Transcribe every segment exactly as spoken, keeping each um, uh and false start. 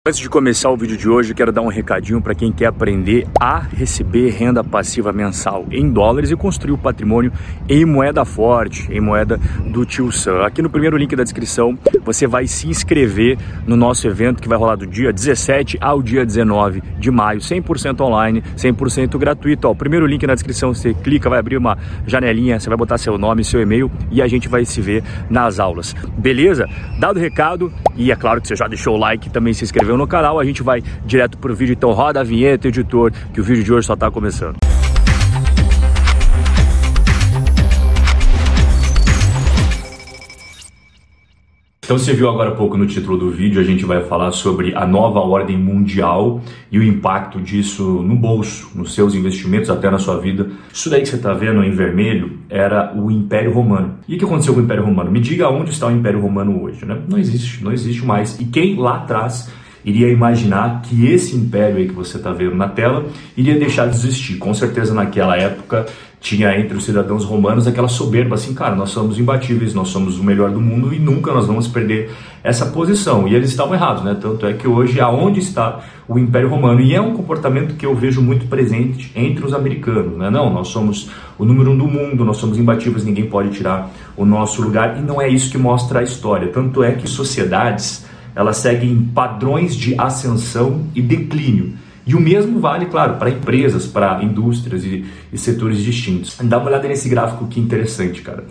Antes de começar o vídeo de hoje, eu quero dar um recadinho para quem quer aprender a receber renda passiva mensal em dólares e construir o patrimônio em moeda forte, em moeda do Tio Sam. Aqui no primeiro link da descrição, você vai se inscrever no nosso evento que vai rolar do dia dezessete ao dia dezenove de maio, cem por cento online, cem por cento gratuito. Ó, o primeiro link na descrição, você clica, vai abrir uma janelinha, você vai botar seu nome, seu e-mail e a gente vai se ver nas aulas. Beleza? Dado o recado, e é claro que você já deixou o like e também se inscreveu no canal, a gente vai direto pro vídeo. Então roda a vinheta, editor, que o vídeo de hoje só tá começando. Então você viu agora há pouco no título do vídeo, a gente vai falar sobre a nova ordem mundial e o impacto disso no bolso, nos seus investimentos, até na sua vida. Isso daí que você está vendo em vermelho era o Império Romano. E o que aconteceu com o Império Romano? Me diga onde está o Império Romano hoje, né? Não existe, não existe mais. E quem lá atrás iria imaginar que esse império aí que você está vendo na tela iria deixar de existir? Com certeza naquela época tinha entre os cidadãos romanos aquela soberba assim, cara, nós somos imbatíveis, nós somos o melhor do mundo e nunca nós vamos perder essa posição. E eles estavam errados, né? Tanto é que hoje, aonde está o Império Romano? E é um comportamento que eu vejo muito presente entre os americanos, né? Não, nós somos o número um do mundo, nós somos imbatíveis, ninguém pode tirar o nosso lugar. E não é isso que mostra a história. Tanto é que sociedades, elas seguem padrões de ascensão e declínio. E o mesmo vale, claro, para empresas, para indústrias e, e setores distintos. Dá uma olhada nesse gráfico que interessante, cara.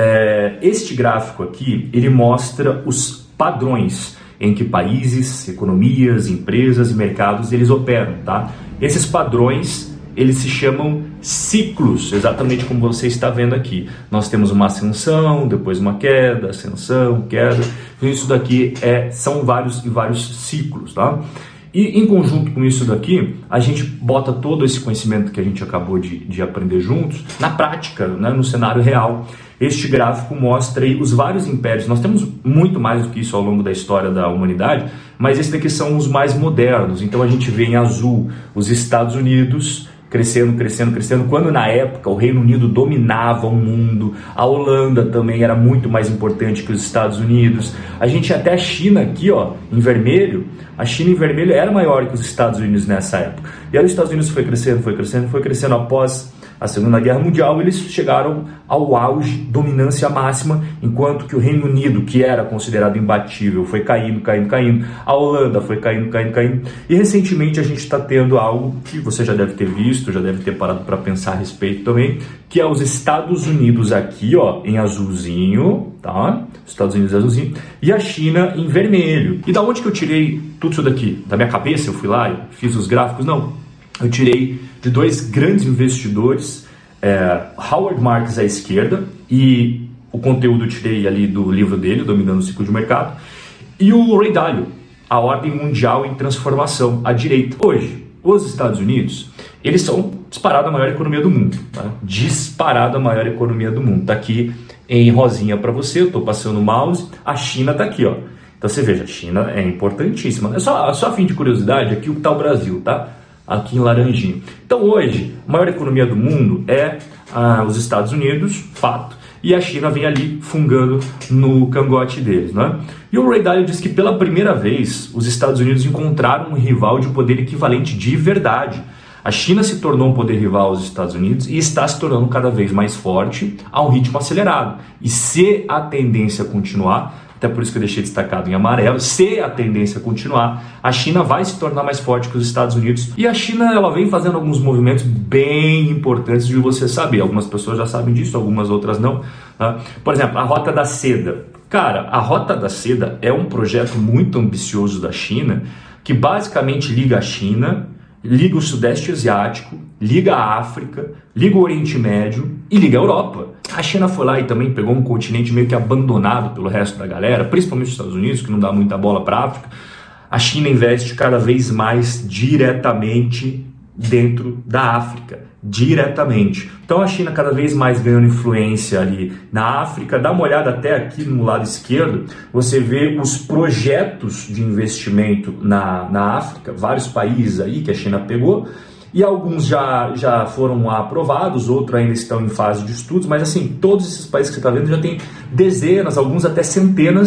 É, este gráfico aqui, ele mostra os padrões em que países, economias, empresas e mercados, eles operam, tá? Esses padrões, eles se chamam ciclos, exatamente como você está vendo aqui. Nós temos uma ascensão, depois uma queda, ascensão, queda. Isso daqui é, são vários e vários ciclos, tá? E em conjunto com isso daqui, a gente bota todo esse conhecimento que a gente acabou de, de aprender juntos na prática, né, no cenário real. Este gráfico mostra aí os vários impérios. Nós temos muito mais do que isso ao longo da história da humanidade, mas esses daqui são os mais modernos. Então a gente vê em azul os Estados Unidos crescendo, crescendo, crescendo, quando na época o Reino Unido dominava o mundo, a Holanda também era muito mais importante que os Estados Unidos. A gente até a China aqui, ó, em vermelho, a China em vermelho era maior que os Estados Unidos nessa época. E aí os Estados Unidos foi crescendo, foi crescendo, foi crescendo. Após a Segunda Guerra Mundial, eles chegaram ao auge, dominância máxima, enquanto que o Reino Unido, que era considerado imbatível, foi caindo, caindo, caindo. A Holanda foi caindo, caindo, caindo. E recentemente a gente está tendo algo que você já deve ter visto, já deve ter parado para pensar a respeito também, que é os Estados Unidos aqui, ó, em azulzinho, tá? Estados Unidos azulzinho, e a China em vermelho. E da onde que eu tirei tudo isso daqui? Da minha cabeça? Eu fui lá e fiz os gráficos? Não. Eu tirei de dois grandes investidores, é, Howard Marks à esquerda, e o conteúdo eu tirei ali do livro dele, Dominando o Ciclo de Mercado, e o Ray Dalio, A Ordem Mundial em Transformação, à direita. Hoje, os Estados Unidos, eles são disparado a maior economia do mundo, tá? Disparado a maior economia do mundo. Tá aqui em rosinha para você, eu estou passando o mouse, a China tá aqui, ó. Então você veja, a China é importantíssima. É só, só a fim de curiosidade, aqui o que está o Brasil, tá? Aqui em laranjinho. Então hoje, a maior economia do mundo é ah, os Estados Unidos, fato, e a China vem ali fungando no cangote deles, né? E o Ray Dalio diz que pela primeira vez os Estados Unidos encontraram um rival de poder equivalente de verdade. A China se tornou um poder rival aos Estados Unidos e está se tornando cada vez mais forte a um ritmo acelerado. E se a tendência continuar, até por isso que eu deixei destacado em amarelo, se a tendência continuar, a China vai se tornar mais forte que os Estados Unidos. E a China, ela vem fazendo alguns movimentos bem importantes de você saber. Algumas pessoas já sabem disso, algumas outras não. Tá? Por exemplo, a Rota da Seda. Cara, a Rota da Seda é um projeto muito ambicioso da China, que basicamente liga a China, liga o Sudeste Asiático, liga a África, liga o Oriente Médio e liga a Europa. A China foi lá e também pegou um continente meio que abandonado pelo resto da galera, principalmente os Estados Unidos, que não dá muita bola para a África. A China investe cada vez mais diretamente dentro da África, diretamente. Então a China cada vez mais ganhando influência ali na África. Dá uma olhada até aqui no lado esquerdo, você vê os projetos de investimento na, na África, vários países aí que a China pegou, e alguns já, já foram aprovados, outros ainda estão em fase de estudos, mas assim, todos esses países que você está vendo já tem dezenas, alguns até centenas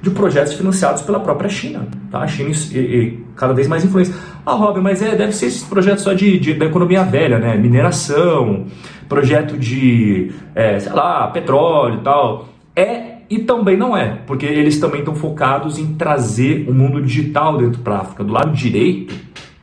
de projetos financiados pela própria China. Tá? A China e, e cada vez mais influência. Ah, Robin, mas é, deve ser esses projetos só de, de, da economia velha, né? Mineração, projeto de, é, sei lá, petróleo e tal. É e também não é, porque eles também estão focados em trazer o mundo digital dentro para a África. Do lado direito,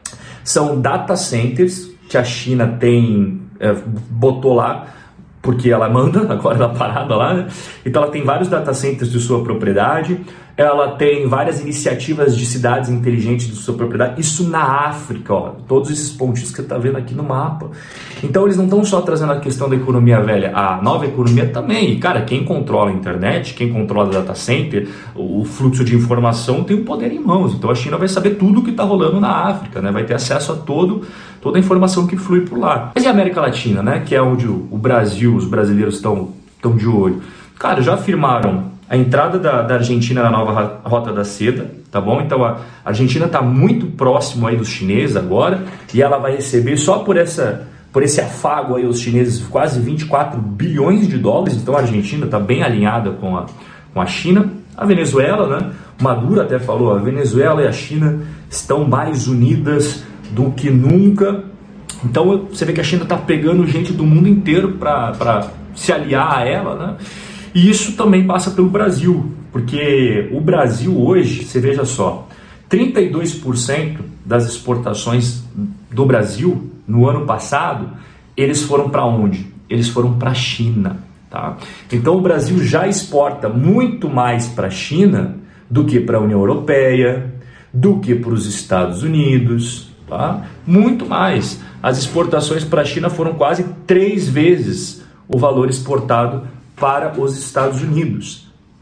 são data centers que a China tem, é, botou lá, porque ela manda, agora ela parada lá, né? Então ela tem vários data centers de sua propriedade, ela tem várias iniciativas de cidades inteligentes de sua propriedade, isso na África, ó, todos esses pontinhos que você está vendo aqui no mapa. Então eles não estão só trazendo a questão da economia velha, a nova economia também. E cara, quem controla a internet, quem controla o data center, o fluxo de informação tem o poder em mãos. Então a China vai saber tudo o que está rolando na África, né? Vai ter acesso a todo, toda a informação que flui por lá. Mas e a América Latina, né? Que é onde o Brasil, os brasileiros estão estão de olho. Cara, já afirmaram a entrada da, da Argentina na nova Rota da Seda, tá bom? Então a Argentina está muito próximo aí dos chineses agora e ela vai receber só por, essa, por esse afago aí os chineses quase vinte e quatro bilhões de dólares. Então a Argentina está bem alinhada com a, com a China. A Venezuela, né? Maduro até falou, a Venezuela e a China estão mais unidas do que nunca. Então você vê que a China está pegando gente do mundo inteiro para se aliar a ela, né? E isso também passa pelo Brasil, porque o Brasil hoje, você veja só, trinta e dois por cento das exportações do Brasil no ano passado, eles foram para onde? Eles foram para a China, tá? Então o Brasil já exporta muito mais para a China do que para a União Europeia, do que para os Estados Unidos, tá? Muito mais. As exportações para a China foram quase três vezes o valor exportado para os Estados Unidos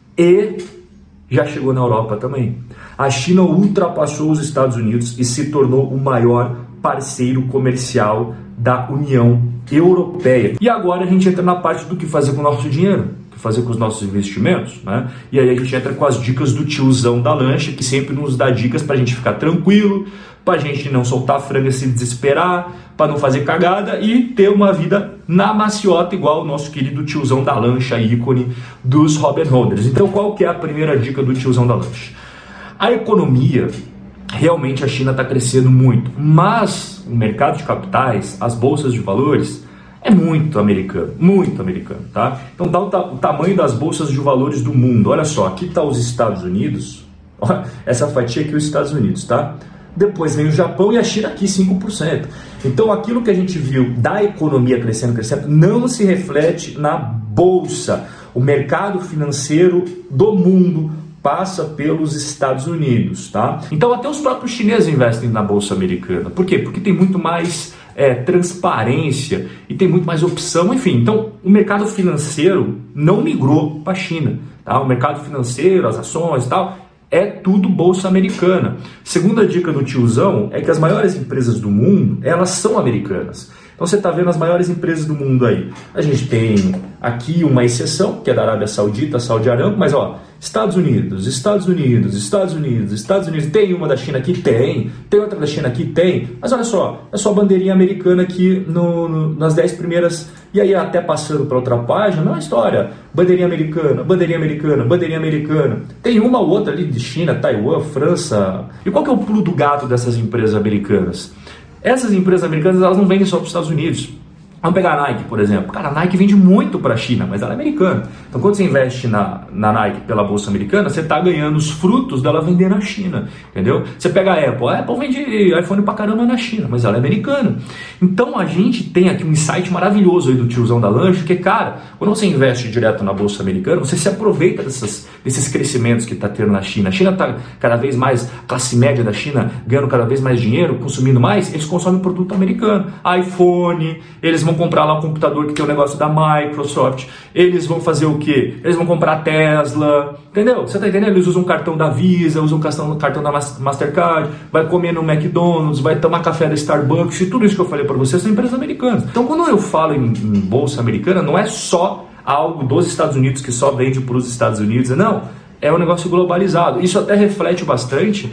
e já chegou na Europa também. A China ultrapassou os Estados Unidos e se tornou o maior parceiro comercial da União Europeia. E agora a gente entra na parte do que fazer com o nosso dinheiro, o que fazer com os nossos investimentos, né? E aí a gente entra com as dicas do tiozão da lancha, que sempre nos dá dicas para a gente ficar tranquilo, para a gente não soltar a franga e se desesperar, para não fazer cagada e ter uma vida na maciota, igual o nosso querido tiozão da lancha, ícone dos Robin Hooders. Então qual que é a primeira dica do tiozão da lancha? A economia, realmente a China está crescendo muito, mas o mercado de capitais, as bolsas de valores, é muito americano, muito americano, tá? Então dá o, ta- o tamanho das bolsas de valores do mundo. Olha só, aqui está os Estados Unidos, olha, essa fatia aqui é os Estados Unidos, tá? Depois vem o Japão e a China aqui cinco por cento. Então aquilo que a gente viu da economia crescendo, crescendo, não se reflete na bolsa. O mercado financeiro do mundo passa pelos Estados Unidos, tá? Então até os próprios chineses investem na bolsa americana. Por quê? Porque tem muito mais é, transparência e tem muito mais opção, enfim. Então o mercado financeiro não migrou para a China, tá? O mercado financeiro, as ações e tal, é tudo bolsa americana. Segunda dica do tiozão é que as maiores empresas do mundo, elas são americanas. Então você está vendo as maiores empresas do mundo aí. A gente tem aqui uma exceção, que é da Arábia Saudita, Saudi Aramco, mas ó, Estados Unidos, Estados Unidos, Estados Unidos, Estados Unidos. Tem uma da China aqui? Tem. Tem outra da China aqui? Tem. Mas olha só, é só a bandeirinha americana aqui no, no, nas dez primeiras. E aí até passando para outra página, não é história. Bandeirinha americana, bandeirinha americana, bandeirinha americana. Tem uma ou outra ali de China, Taiwan, França. E qual que é o pulo do gato dessas empresas americanas? Essas empresas americanas, elas não vendem só para os Estados Unidos. Vamos pegar a Nike, por exemplo. Cara, a Nike vende muito para a China, mas ela é americana. Então, quando você investe na, na Nike pela bolsa americana, você está ganhando os frutos dela vender na China, entendeu? Você pega a Apple. A Apple vende iPhone pra caramba na China, mas ela é americana. Então, a gente tem aqui um insight maravilhoso aí do tiozão da lancha, que, cara, quando você investe direto na bolsa americana, você se aproveita dessas, desses crescimentos que está tendo na China. A China está cada vez mais, a classe média da China ganhando cada vez mais dinheiro, consumindo mais, eles consomem produto americano. iPhone, eles vão comprar lá um computador que tem o negócio da Microsoft, eles vão fazer o quê? Eles vão comprar Tesla, entendeu? Você tá entendendo? Eles usam cartão da Visa, usam cartão, cartão da Mastercard, vai comer no McDonald's, vai tomar café da Starbucks, e tudo isso que eu falei para vocês são empresas americanas. Então quando eu falo em, em bolsa americana, não é só algo dos Estados Unidos que só vende para os Estados Unidos, não. É um negócio globalizado. Isso até reflete bastante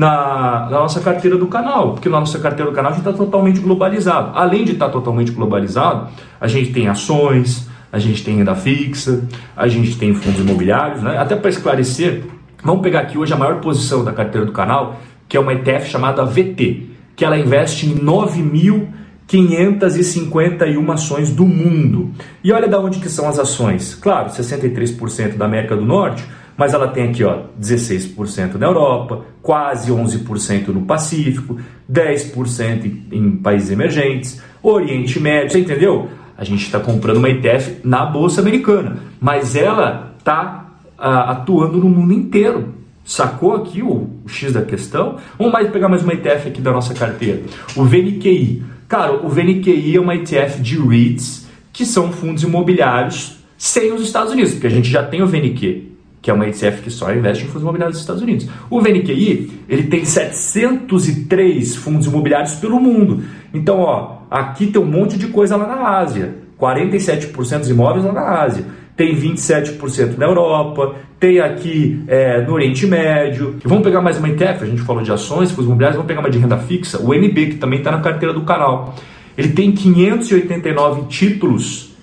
na, na nossa carteira do canal, porque na nossa carteira do canal a gente está totalmente globalizado. Além de estar tá totalmente globalizado, a gente tem ações, a gente tem renda fixa, a gente tem fundos imobiliários, né? Até para esclarecer, Vamos pegar aqui hoje a maior posição da carteira do canal, que é uma E T F chamada V T, que ela investe em nove mil quinhentas e cinquenta e uma ações do mundo. E olha de onde que são as ações. Claro, sessenta e três por cento da América do Norte, mas ela tem aqui ó, dezesseis por cento na Europa, quase onze por cento no Pacífico, dez por cento em, em países emergentes, Oriente Médio, você entendeu? A gente está comprando uma E T F na Bolsa Americana, mas ela está atuando no mundo inteiro. Sacou aqui o, o X da questão? Vamos mais pegar mais uma E T F aqui da nossa carteira. O V N Q I. Cara, o V N Q I é uma E T F de REITs, que são fundos imobiliários sem os Estados Unidos, porque a gente já tem o V N Q, que é uma E T F que só investe em fundos imobiliários dos Estados Unidos. O V N Q I, ele tem setecentos e três fundos imobiliários pelo mundo. Então, ó, aqui tem um monte de coisa lá na Ásia. quarenta e sete por cento dos imóveis lá na Ásia. Tem vinte e sete por cento na Europa, tem aqui é, no Oriente Médio. E vamos pegar mais uma E T F, a gente falou de ações, fundos imobiliários, vamos pegar uma de renda fixa, o N B, que também está na carteira do canal. Ele tem quinhentos e oitenta e nove títulos,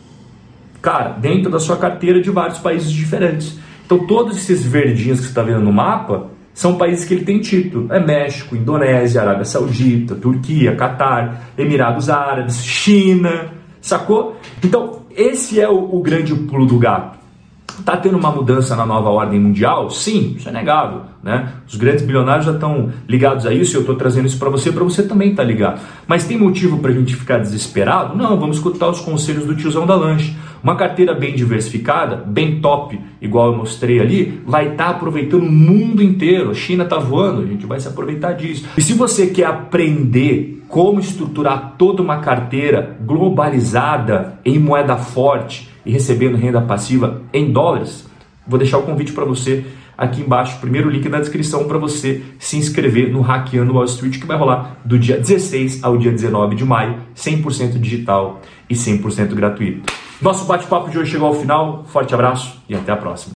cara, dentro da sua carteira de vários países diferentes. Então todos esses verdinhos que você está vendo no mapa são países que ele tem título. É México, Indonésia, Arábia Saudita, Turquia, Catar, Emirados Árabes, China, sacou? Então esse é o, o grande pulo do gato. Está tendo uma mudança na nova ordem mundial? Sim, isso é negável, né? Os grandes bilionários já estão ligados a isso e eu estou trazendo isso para você, para você também estar ligado. Mas tem motivo para a gente ficar desesperado? Não, vamos escutar os conselhos do tiozão da lanche. Uma carteira bem diversificada, bem top, igual eu mostrei ali, vai estar aproveitando o mundo inteiro. A China está voando, a gente vai se aproveitar disso. E se você quer aprender como estruturar toda uma carteira globalizada em moeda forte e recebendo renda passiva em dólares, vou deixar o convite para você aqui embaixo, o primeiro link na descrição para você se inscrever no Hackeando Wall Street, que vai rolar do dia dezesseis ao dia dezenove de maio, cem por cento digital e cem por cento gratuito. Nosso bate-papo de hoje chegou ao final, forte abraço e até a próxima.